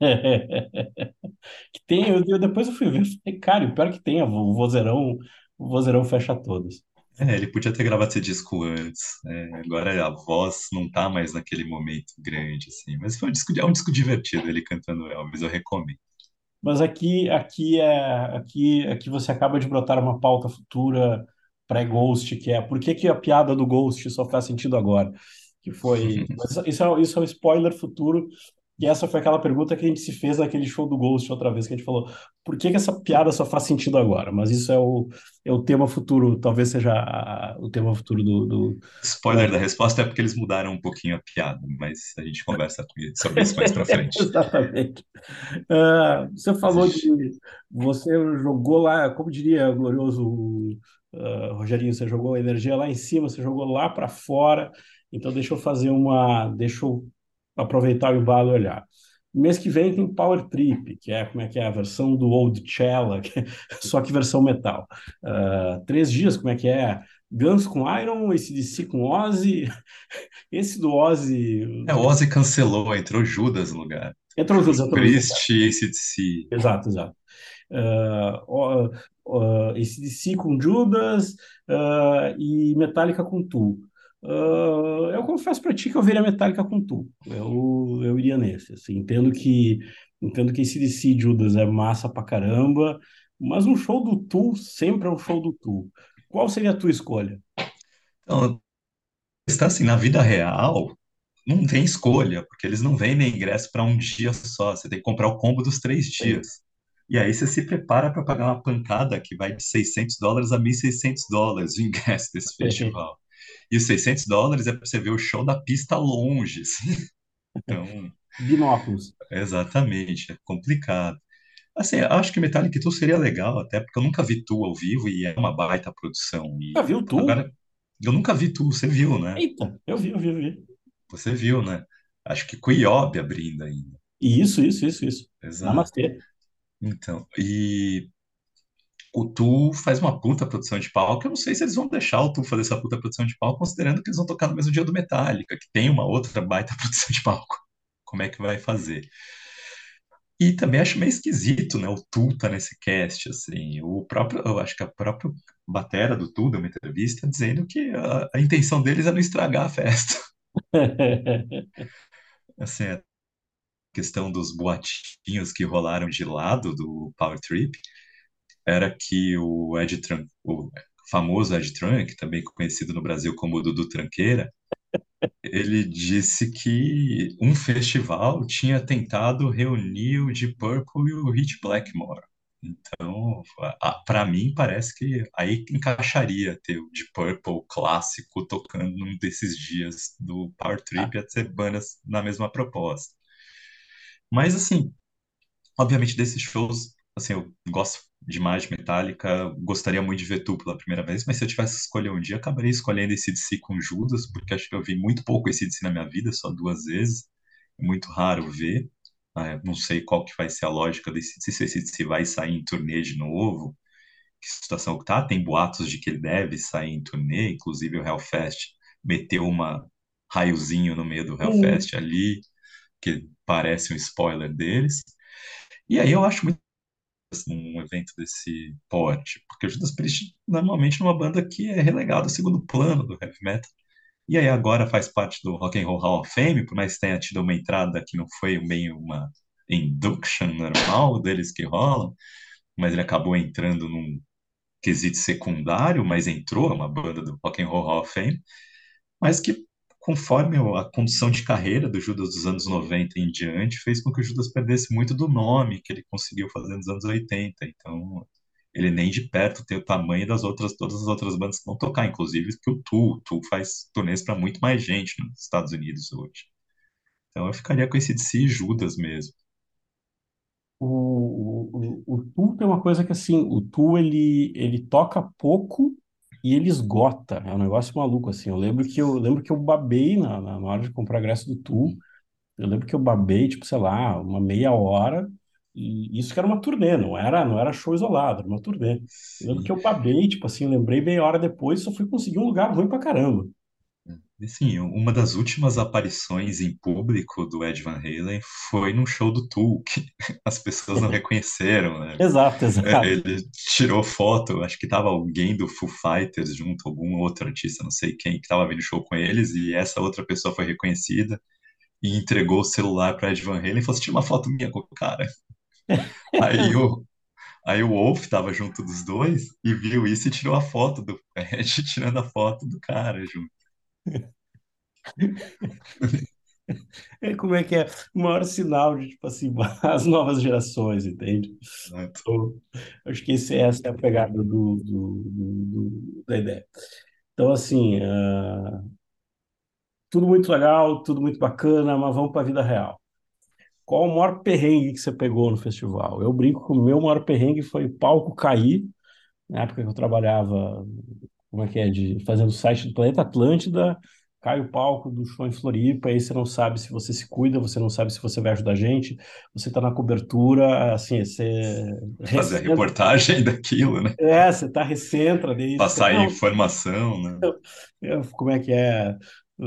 Que tem, eu, eu- depois eu fui ver, falei, cara, e o pior que tem, o vozeirão, o vozeirão fecha todos. É, ele podia ter gravado esse disco antes. É, agora a voz não tá mais naquele momento grande, assim. Mas foi um disco, é um disco divertido, ele cantando Elvis, eu recomendo. Mas aqui, aqui é, aqui, aqui você acaba de brotar uma pauta futura pré-Ghost, que é por que que a piada do Ghost só faz sentido agora? Que foi, mas isso, isso é, isso é um spoiler futuro. E essa foi aquela pergunta que a gente se fez naquele show do Ghost outra vez, que a gente falou, por que que essa piada só faz sentido agora? Mas isso é o, é o tema futuro, talvez seja a- a- o tema futuro do, do, Spoiler da resposta é porque eles mudaram um pouquinho a piada, mas a gente conversa sobre isso mais pra frente. Exatamente. Ah, você falou Existe. de. Você jogou lá, como diria o glorioso ah, Rogerinho, você jogou a energia lá em cima, você jogou lá para fora. Então, deixa eu fazer uma. Deixa eu aproveitar o embalo e olhar. Mês que vem tem Power Trip, que é como é que é a versão do Old Cella, que é- só que versão metal. Ah, três dias, como é que é? Guns com Iron, A C/D C com Ozzy. Esse do Ozzy. É, o Ozzy cancelou, entrou Judas no lugar. Entrou juntos, Judas entrou juntos. Priest e A C/D C. Exato, exato. uh, uh, uh, A C/D C com Judas uh, e Metallica com Tool. Uh, eu confesso para ti que eu veria Metallica com Tool. Eu, eu iria nesse. Assim, entendo que entendo que A C/D C e Judas é massa pra caramba, mas um show do Tool sempre é um show do Tool. Qual seria a tua escolha? Então, está assim, na vida real, não tem escolha, porque eles não vendem ingresso para um dia só. Você tem que comprar o combo dos três Sim. dias. E aí você se prepara para pagar uma pancada que vai de seiscentos dólares a mil e seiscentos dólares o ingresso desse festival. E os seiscentos dólares é para você ver o show da pista longe, assim. Então, Binóculos. exatamente, é complicado. Assim, eu acho que Metallic Tour seria legal, até porque eu nunca vi Tool ao vivo e é uma baita produção. Já E viu Tool? agora, eu nunca vi Tool, você viu, né? Eita, eu vi, eu vi, eu vi. Você viu, né? Acho que com o Iob abrindo ainda. Isso, isso, isso, isso. Exato. Namastê. Então, e o Tu faz uma puta produção de palco. Eu não sei se eles vão deixar o Tu fazer essa puta produção de palco, considerando que eles vão tocar no mesmo dia do Metallica, que tem uma outra baita produção de palco. Como é que vai fazer? E também acho meio esquisito, né? O Tu tá nesse cast, assim. O próprio, eu acho que a própria batera do Tu deu uma entrevista dizendo que a, a intenção deles é não estragar a festa. Assim, a questão dos boatinhos que rolaram de lado do Power Trip era que o Ed Trunk, o famoso Ed Trunk, também conhecido no Brasil como Dudu Tranqueira, ele disse que um festival tinha tentado reunir o Deep Purple e o Rich Blackmore. Então, para mim, parece que aí encaixaria ter o Deep Purple clássico tocando num desses dias do Power Ah, Trip, e ser bandas na mesma proposta. Mas, assim, obviamente, desses shows, assim, eu gosto demais de Metallica, gostaria muito de ver Tu pela primeira vez, mas se eu tivesse que escolher um dia, acabaria escolhendo A C/D C com Judas, porque acho que eu vi muito pouco A C/D C na minha vida, só duas vezes, é muito raro ver. Ah, eu não sei qual que vai ser a lógica desse A C/D C, se o A C/D C vai sair em turnê de novo, que situação que tá, tem boatos de que ele deve sair em turnê, inclusive o Hellfest meteu uma raiozinho no meio do Hum. Hellfest ali, que parece um spoiler deles. E aí eu acho muito um evento desse porte, porque o Judas Priest normalmente é uma banda que é relegada ao segundo plano do heavy metal. E aí agora faz parte do Rock and Roll Hall of Fame, por mais que tenha tido uma entrada que não foi bem uma induction normal deles que rolam, mas ele acabou entrando num quesito secundário, mas entrou, é uma banda do Rock and Roll Hall of Fame, mas que conforme a condução de carreira do Judas dos anos noventa em diante, fez com que o Judas perdesse muito do nome que ele conseguiu fazer nos anos oitenta. Então, ele nem de perto tem o tamanho das outras, todas as outras bandas que vão tocar, inclusive que o Tool. O Tool faz turnês para muito mais gente nos Estados Unidos hoje. Então, eu ficaria com esse D C e Judas mesmo. O, o, o, o Tu tem uma coisa que assim, o Tu ele, ele toca pouco e ele esgota. É um negócio maluco assim. Eu lembro que eu lembro que eu babei na, na, na hora de comprar ingresso do Tu. Eu lembro que eu babei, tipo, sei lá, uma meia hora, e isso que era uma turnê, não era, não era show isolado, era uma turnê. Eu lembro que Sim. eu babei, tipo assim, lembrei meia hora depois, só fui conseguir um lugar ruim pra caramba. E, sim, uma das últimas aparições em público do Ed Van Halen foi num show do Tool, que as pessoas não reconheceram, né? Exato, É, exato. ele tirou foto, acho que tava alguém do Foo Fighters junto, algum outro artista, não sei quem, que tava vendo show com eles, e essa outra pessoa foi reconhecida e entregou o celular para Ed Van Halen e falou assim, tira uma foto minha com o cara. Aí o, aí o Wolf tava junto dos dois e viu isso e tirou a foto do Ed tirando a foto do cara junto. É, como é que é? O maior sinal de, tipo assim, as novas gerações, entende? Né? Então, acho que esse, essa é a pegada do, do, do- do- da ideia. Então, assim, ah, tudo muito legal, tudo muito bacana, mas vamos para a vida real. Qual o maior perrengue que você pegou no festival? Eu brinco que o meu maior perrengue foi o palco cair, na época que eu trabalhava, como é que é, de, fazendo o site do Planeta Atlântida, cai o palco do show em Floripa, aí você não sabe se você se cuida, você não sabe se você vai ajudar a gente, você está na cobertura, assim, você Fazer a recentra, reportagem daquilo, né? é, você tá recentra nisso, Passar não, informação, né? é, como é que é?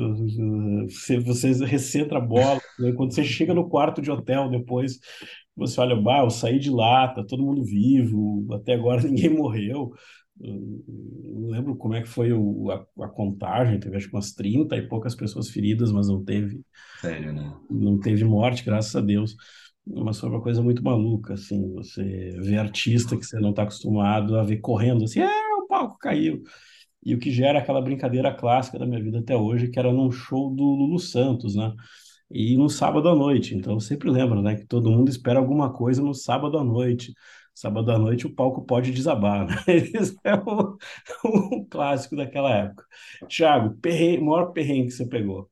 Uh, uh, Você, você recentra a bola, né? Quando você chega no quarto de hotel depois, você olha, bah, eu saí de lá, tá todo mundo vivo, até agora ninguém morreu. Uh, Não lembro como é que foi o, a, a contagem, teve acho que umas trinta e poucas pessoas feridas, mas não teve, Sério, né? não teve morte, graças a Deus. Mas foi uma coisa muito maluca, assim, você vê artista que você não está acostumado a ver correndo, assim, é, o palco caiu. E o que gera aquela brincadeira clássica da minha vida até hoje, que era num show do Lulu Santos, né? E no sábado à noite. Então eu sempre lembro, né, que todo mundo espera alguma coisa no sábado à noite. Sábado à noite o palco pode desabar, né? Esse é o, o clássico daquela época. Thiago, perrengue, maior perrengue que você pegou.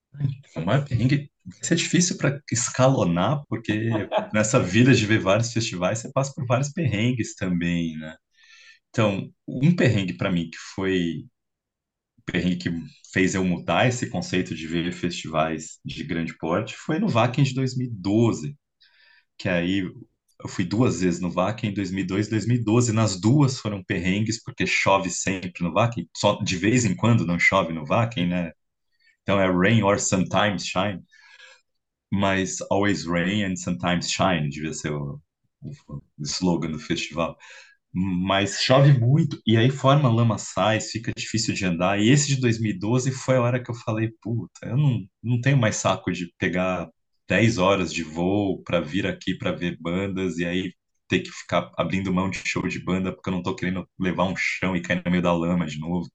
O maior perrengue vai ser difícil para escalonar, porque nessa vida de ver vários festivais, você passa por vários perrengues também, né? Então, um perrengue para mim que foi o perrengue que fez eu mudar esse conceito de ver festivais de grande porte foi no Wacken de dois mil e doze, que aí eu fui duas vezes no Wacken em dois mil e dois e dois mil e doze. Nas duas foram perrengues, porque chove sempre no Wacken, só de vez em quando não chove no Wacken, né? Então é rain or sometimes shine, mas always rain and sometimes shine, devia ser o, o, o slogan do festival. Mas chove muito, e aí forma lamaçais, fica difícil de andar. E esse de dois mil e doze foi a hora que eu falei, puta, eu não, não tenho mais saco de pegar dez horas de voo para vir aqui para ver bandas e aí ter que ficar abrindo mão de show de banda porque eu não tô querendo levar um chão e cair no meio da lama de novo.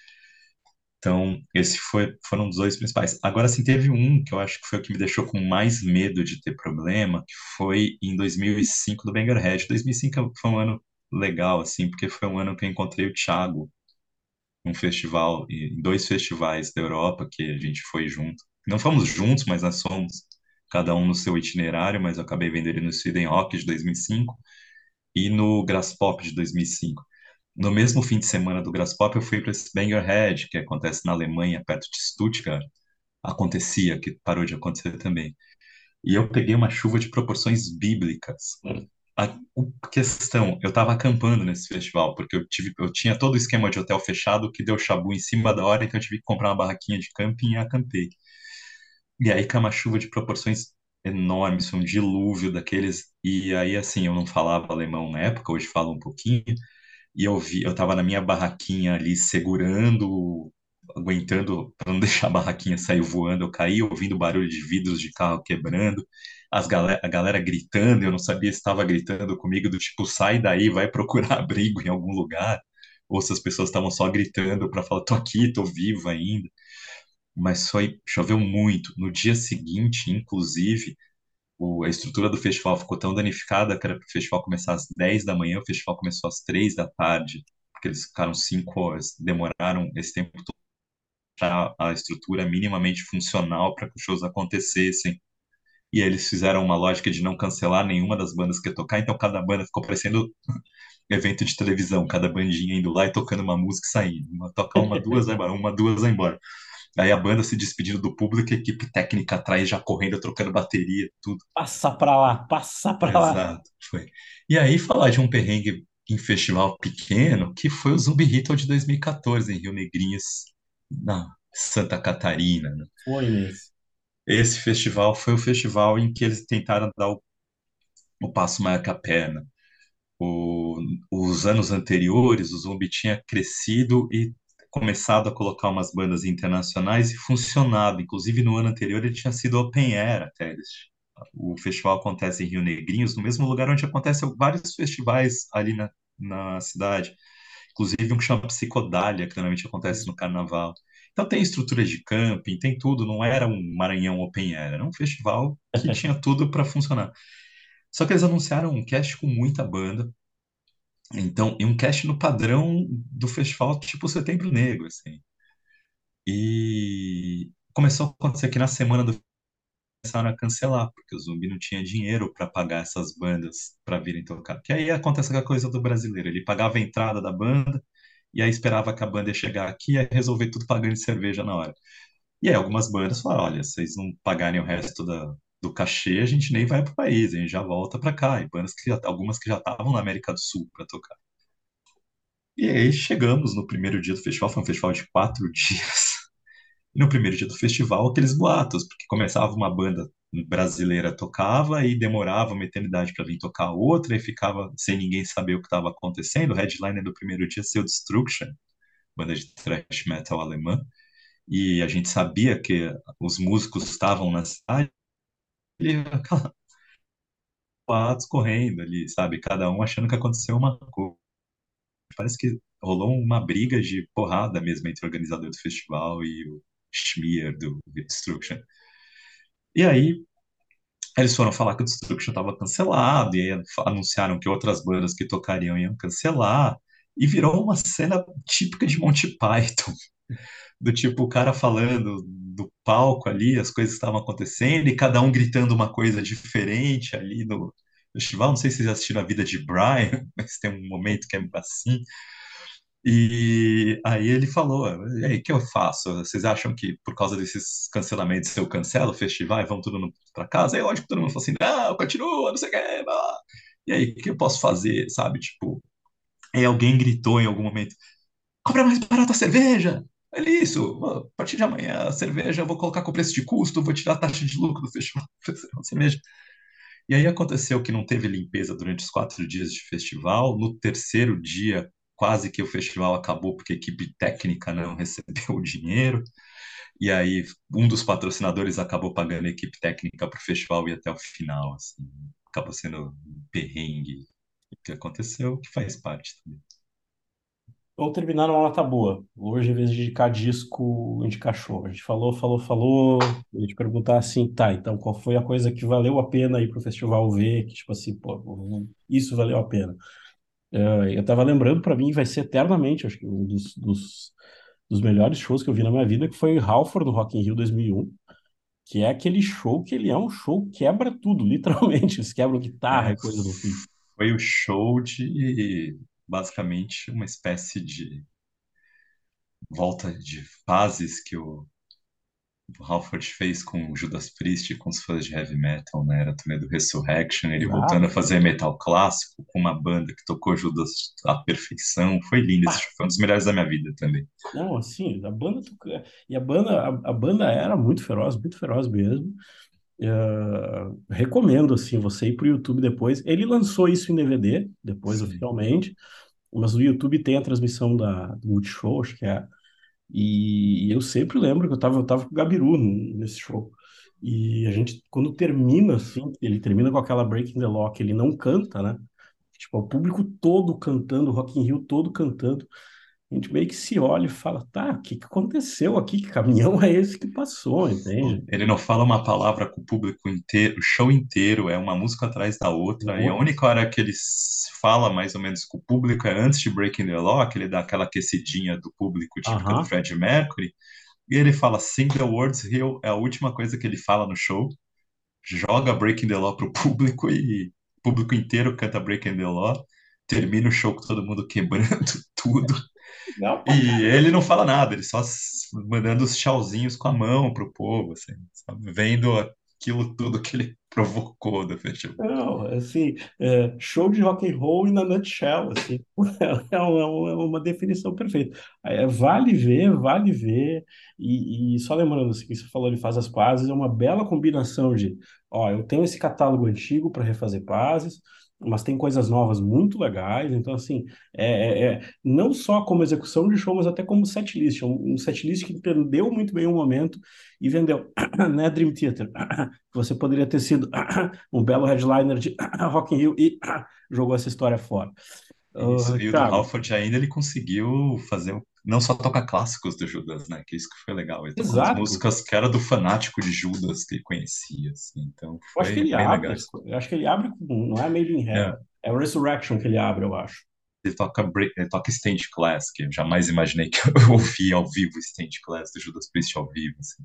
Então, esse foi, foram os dois principais. Agora, sim, teve um que eu acho que foi o que me deixou com mais medo de ter problema, que foi em dois mil e cinco do Bangerhead. dois mil e cinco foi um ano legal, assim, porque foi um ano que eu encontrei o Thiago num festival, em dois festivais da Europa que a gente foi junto. Não fomos juntos, mas nós fomos cada um no seu itinerário, mas eu acabei vendo ele no Sweden Rock de dois mil e cinco e no Graspop de dois mil e cinco. No mesmo fim de semana do Graspop, eu fui para esse Bangerhead, que acontece na Alemanha, perto de Stuttgart. Acontecia, que parou de acontecer também. E eu peguei uma chuva de proporções bíblicas. A, o- a questão, eu tava acampando nesse festival, porque eu tive, eu tinha todo o esquema de hotel fechado que deu chabu em cima da hora, então eu tive que comprar uma barraquinha de camping e acampei. E aí caiu uma chuva de proporções enormes, foi um dilúvio daqueles. E aí, assim, eu não falava alemão na época, hoje falo um pouquinho. E eu vi, eu tava na minha barraquinha ali segurando, aguentando para não deixar a barraquinha sair voando. Eu caí ouvindo barulho de vidros de carro quebrando, as galera, a galera gritando. Eu não sabia se estava gritando comigo do tipo, sai daí, vai procurar abrigo em algum lugar, ou se as pessoas estavam só gritando para falar, tô aqui, tô vivo ainda. Mas foi, choveu muito. No dia seguinte, inclusive, o- a estrutura do festival ficou tão danificada que era para o festival começar às dez da manhã, o festival começou às três da tarde, porque eles ficaram cinco horas, demoraram esse tempo todo para a estrutura minimamente funcional para que os shows acontecessem. E eles fizeram uma lógica de não cancelar nenhuma das bandas que ia tocar, então cada banda ficou parecendo evento de televisão, cada bandinha indo lá e tocando uma música e saindo. Uma tocar uma, duas, vai embora, uma, duas, vai embora. Aí a banda se despedindo do público, a equipe técnica atrás já correndo, trocando bateria, tudo. Passa pra lá, passa pra lá. Exato, foi. E aí falar de um perrengue em festival pequeno, que foi o Zumbi Ritual de dois mil e quatorze, em Rio Negrinhos, na Santa Catarina, né? Foi mesmo. Esse festival foi o festival em que eles tentaram dar o, o passo maior que a perna. O, os anos anteriores, o Zumbi tinha crescido e começado a colocar umas bandas internacionais e funcionado. Inclusive, no ano anterior, ele tinha sido open air até. Eles, o festival acontece em Rio Negrinhos, no mesmo lugar onde acontecem vários festivais ali na, na cidade. Inclusive, um que chama Psicodália, que normalmente acontece no Carnaval. Então, tem estrutura de camping, tem tudo. Não era um Maranhão open air, era um festival que tinha tudo para funcionar. Só que eles anunciaram um cast com muita banda, então, e um cast no padrão do festival, tipo Setembro Negro, assim. E começou a acontecer que na semana do começaram a cancelar, porque o Zumbi não tinha dinheiro para pagar essas bandas para virem tocar. Que aí acontece aquela coisa do brasileiro, ele pagava a entrada da banda e aí esperava que a banda ia chegar aqui e ia resolver tudo pagando de cerveja na hora. E aí algumas bandas falaram, olha, se vocês não pagarem o resto da, do cachê, a gente nem vai pro país, a gente já volta para cá. E bandas que já, algumas que já estavam na América do Sul para tocar. E aí chegamos no primeiro dia do festival, foi um festival de quatro dias. E no primeiro dia do festival, aqueles boatos, porque começava uma banda brasileira tocava e demorava uma eternidade para vir tocar outra e ficava sem ninguém saber o que estava acontecendo. O headliner do primeiro dia seu Destruction, banda de thrash metal alemã, e a gente sabia que os músicos estavam na cidade, e aquela boatos correndo ali, sabe? Cada um achando que aconteceu uma coisa. Parece que rolou uma briga de porrada mesmo entre o organizador do festival e o Schmier do Destruction. E aí eles foram falar que o Destruction estava cancelado, e aí anunciaram que outras bandas que tocariam iam cancelar, e virou uma cena típica de Monty Python, do tipo o cara falando do palco ali, as coisas que estavam acontecendo, e cada um gritando uma coisa diferente ali no festival. Não sei se vocês assistiram A Vida de Brian, mas tem um momento que é assim. E aí ele falou, e aí, o que eu faço? Vocês acham que por causa desses cancelamentos eu cancelo o festival e vamos todo mundo para casa? Aí lógico que todo mundo falou assim, não, continua, não sei o que, blá. E aí, o que eu posso fazer, sabe? Tipo, aí alguém gritou em algum momento, compra mais barata a cerveja! Ele, isso, a partir de amanhã a cerveja eu vou colocar com preço de custo, vou tirar a taxa de lucro do festival, a cerveja. E aí aconteceu que não teve limpeza durante os quatro dias de festival. No terceiro dia, quase que o festival acabou porque a equipe técnica não recebeu o dinheiro. E aí um dos patrocinadores acabou pagando a equipe técnica para o festival ir até o final. Assim. Acabou sendo um perrengue que aconteceu, que faz parte também. Ou terminar numa nota boa. Hoje, em vez de indicar disco, indicar show. A gente falou, falou, falou. A gente perguntar assim, tá, então qual foi a coisa que valeu a pena ir pro festival ver? Que tipo assim, pô, isso valeu a pena. É, eu tava lembrando, pra mim vai ser eternamente, acho que um dos, dos, dos melhores shows que eu vi na minha vida, que foi o Halford no Rock in Rio dois mil e um, que é aquele show que ele é um show que quebra tudo, literalmente. Eles quebram guitarra É, e coisa do fim. foi o show de basicamente uma espécie de volta de fases que o o Halford fez com o Judas Priest, com os fãs de heavy metal, né? Era a turnê do Resurrection, ele voltando a Exato. fazer metal clássico com uma banda que tocou Judas à perfeição. Foi lindo esse show, foi um dos melhores da minha vida também. Não, assim, a banda toca- e a banda a, a banda era muito feroz, muito feroz mesmo. Eh, recomendo assim você ir pro YouTube depois. Ele lançou isso em D V D depois Sim. oficialmente, mas no YouTube tem a transmissão da do Multishow, acho que é. E eu sempre lembro que eu tava eu tava com o Gabiru n- nesse show. E a gente quando termina assim, ele termina com aquela Breaking the Lock, ele não canta, né? Tipo, o público todo cantando, o Rock in Rio todo cantando. A gente meio que se olha e fala, tá, o que que aconteceu aqui? Que caminhão é esse que passou, entende? Ele não fala uma palavra com o público inteiro, o show inteiro é uma música atrás da Na outra, e a outra. única hora que ele s- fala mais ou menos com o público é antes de Breaking the Law, que ele dá aquela aquecidinha do público típica do Aham, Freddie Mercury, e ele fala Sing the Words Here, é a última coisa que ele fala no show, joga Breaking the Law pro público e o público inteiro canta Breaking the Law, termina o show com todo mundo quebrando tudo. legal pra E caramba. ele não fala nada, ele só s- mandando os tchauzinhos com a mão pro povo, assim, sabe? Vendo aquilo tudo que ele provocou do festival. Não, assim, é, show de rock and roll in a nutshell, assim, é, um- é uma definição perfeita. É, vale ver, vale ver, e, e só lembrando, assim, que você falou, ele faz as pazes, é uma bela combinação de, ó, eu tenho esse catálogo antigo para refazer pazes, mas tem coisas novas muito legais, então, assim, é, é- é não só como execução de show, mas até como setlist, um, um setlist que entendeu muito bem o momento e vendeu, né, Dream Theater, você poderia ter sido um belo headliner de Rock in Rio e jogou essa história fora. Isso, Uh, e o do Thiago, Halford ainda ele conseguiu fazer, o- não só tocar clássicos do Judas, né, que isso que foi legal, ele tocou umas exato. músicas que era do fanático de Judas que ele conhecia, assim, então Eu acho que foi ele bem legal abre, isso. eu acho que ele abre com, não é Made in É, Heaven, é o Resurrection que ele abre, eu acho. ele toca, break- ele toca Stage Class, que eu jamais imaginei que eu ouvi ao vivo Stage Class do Judas Priest ao vivo, assim.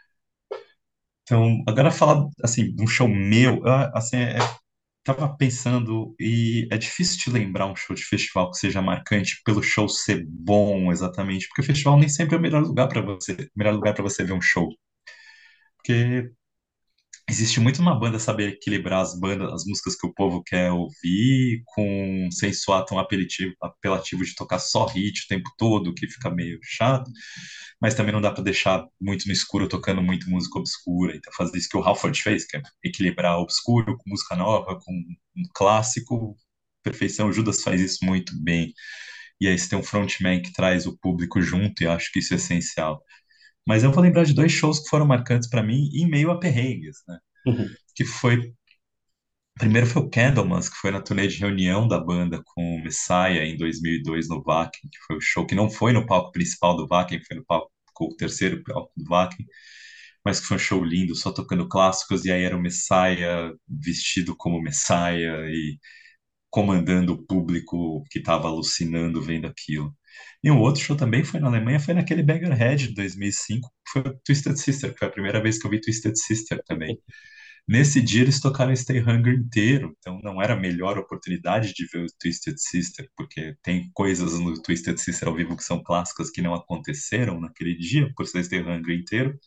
Então, agora falar, assim, de um show meu, eu, assim, é, tava pensando, e é difícil te lembrar um show de festival que seja marcante pelo show ser bom, exatamente, porque o festival nem sempre é o melhor lugar para você, o melhor lugar para você ver um show. Porque existe muito uma banda saber equilibrar as bandas, as músicas que o povo quer ouvir, com sem soar tão apelativo, apelativo de tocar só hit o tempo todo, que fica meio chato, mas também não dá para deixar muito no escuro tocando muito música obscura. Então fazer isso que o Halford fez, que é equilibrar obscuro com música nova, com um clássico, perfeição. O Judas faz isso muito bem. E aí você tem um frontman que traz o público junto, e acho que isso é essencial. Mas eu vou lembrar de dois shows que foram marcantes para mim em meio a perrengues, né? Uhum. Que foi primeiro foi o Candlemas, que foi na turnê de reunião da banda com o Messiah em dois mil e dois no Wacken, que foi o show que não foi no palco principal do Wacken, foi no palco, o terceiro palco do Wacken, mas que foi um show lindo, só tocando clássicos, e aí era o Messiah vestido como Messiah e comandando o público que estava alucinando vendo aquilo. E um outro show também foi na Alemanha, foi naquele Beggarhead de dois mil e cinco, que foi o Twisted Sister, que foi a primeira vez que eu vi Twisted Sister também. Nesse dia eles tocaram Stay Hungry inteiro, então não era a melhor oportunidade de ver o Twisted Sister, porque tem coisas no Twisted Sister ao vivo que são clássicas que não aconteceram naquele dia, por ser Stay Hungry inteiro.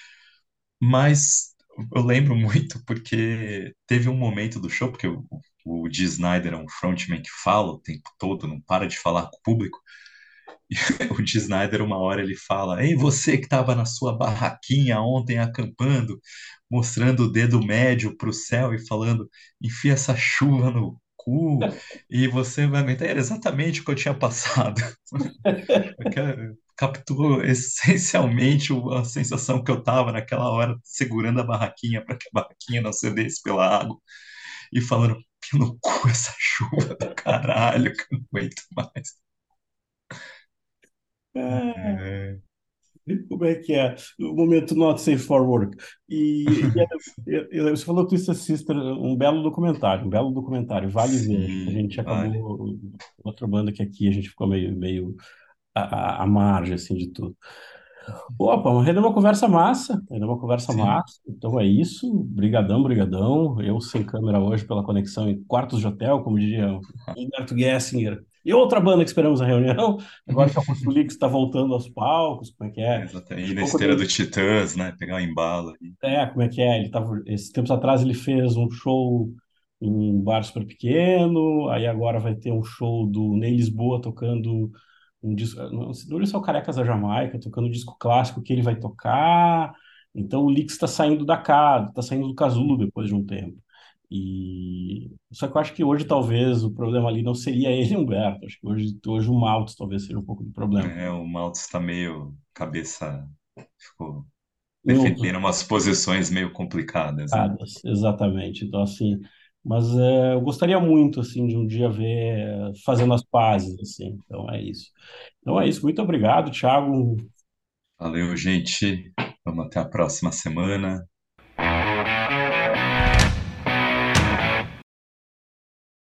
Mas eu lembro muito porque teve um momento do show, porque o, o Dee Snider é um frontman que fala o tempo todo, não para de falar com o público. E o Dee Snider, uma hora, ele fala: Ei, você que estava na sua barraquinha ontem acampando, mostrando o dedo médio para o céu e falando: enfia essa chuva no cu e você vai aguentar. Era exatamente o que eu tinha passado. Aquela- Capturou essencialmente o- a sensação que eu estava naquela hora, segurando a barraquinha para que a barraquinha não cedesse pela água e falando: que no cu essa chuva do caralho, que eu não aguento mais. É, É, como é que é? O momento not safe for work. E, e é- é- você falou Twisted Sister, um belo documentário, um belo documentário, vale ver. A sim, gente vale. acabou, outra banda que aqui a gente ficou meio, meio à, à à margem, assim, de tudo. Opa, mas rendeu uma conversa massa, rendeu uma conversa Sim. massa. Então é isso, brigadão, brigadão. Eu sem câmera hoje pela conexão em quartos de hotel, como diria Humberto Gessinger. E outra banda que esperamos a reunião, agora que a Lix está voltando aos palcos, como é que é? Exatamente. Acho Ir na pouco esteira do dele, Titãs, né? Pegar o embalo ali. é, como é que é? Ele tava, esses tempos atrás ele fez um show em um bar super pequeno, aí agora vai ter um show do Ney Lisboa tocando um disco, não sei não sei se é o Carecas da Jamaica, tocando um disco clássico que ele vai tocar. Então o Lix está saindo da casa, está saindo do casulo depois de um tempo. E só que eu acho que hoje talvez o problema ali não seria ele e o Humberto. Acho que hoje, hoje o Maltz talvez seja um pouco do problema. É, o Maltz está meio cabeça, ficou Em outros defendendo umas posições meio complicadas, né? estados, exatamente. Então, assim, mas é, eu gostaria muito, assim, de um dia ver é, fazendo as pazes, assim. Então, é isso. Então, é isso. Muito obrigado, Thiago. Valeu, gente. Vamos até a próxima semana.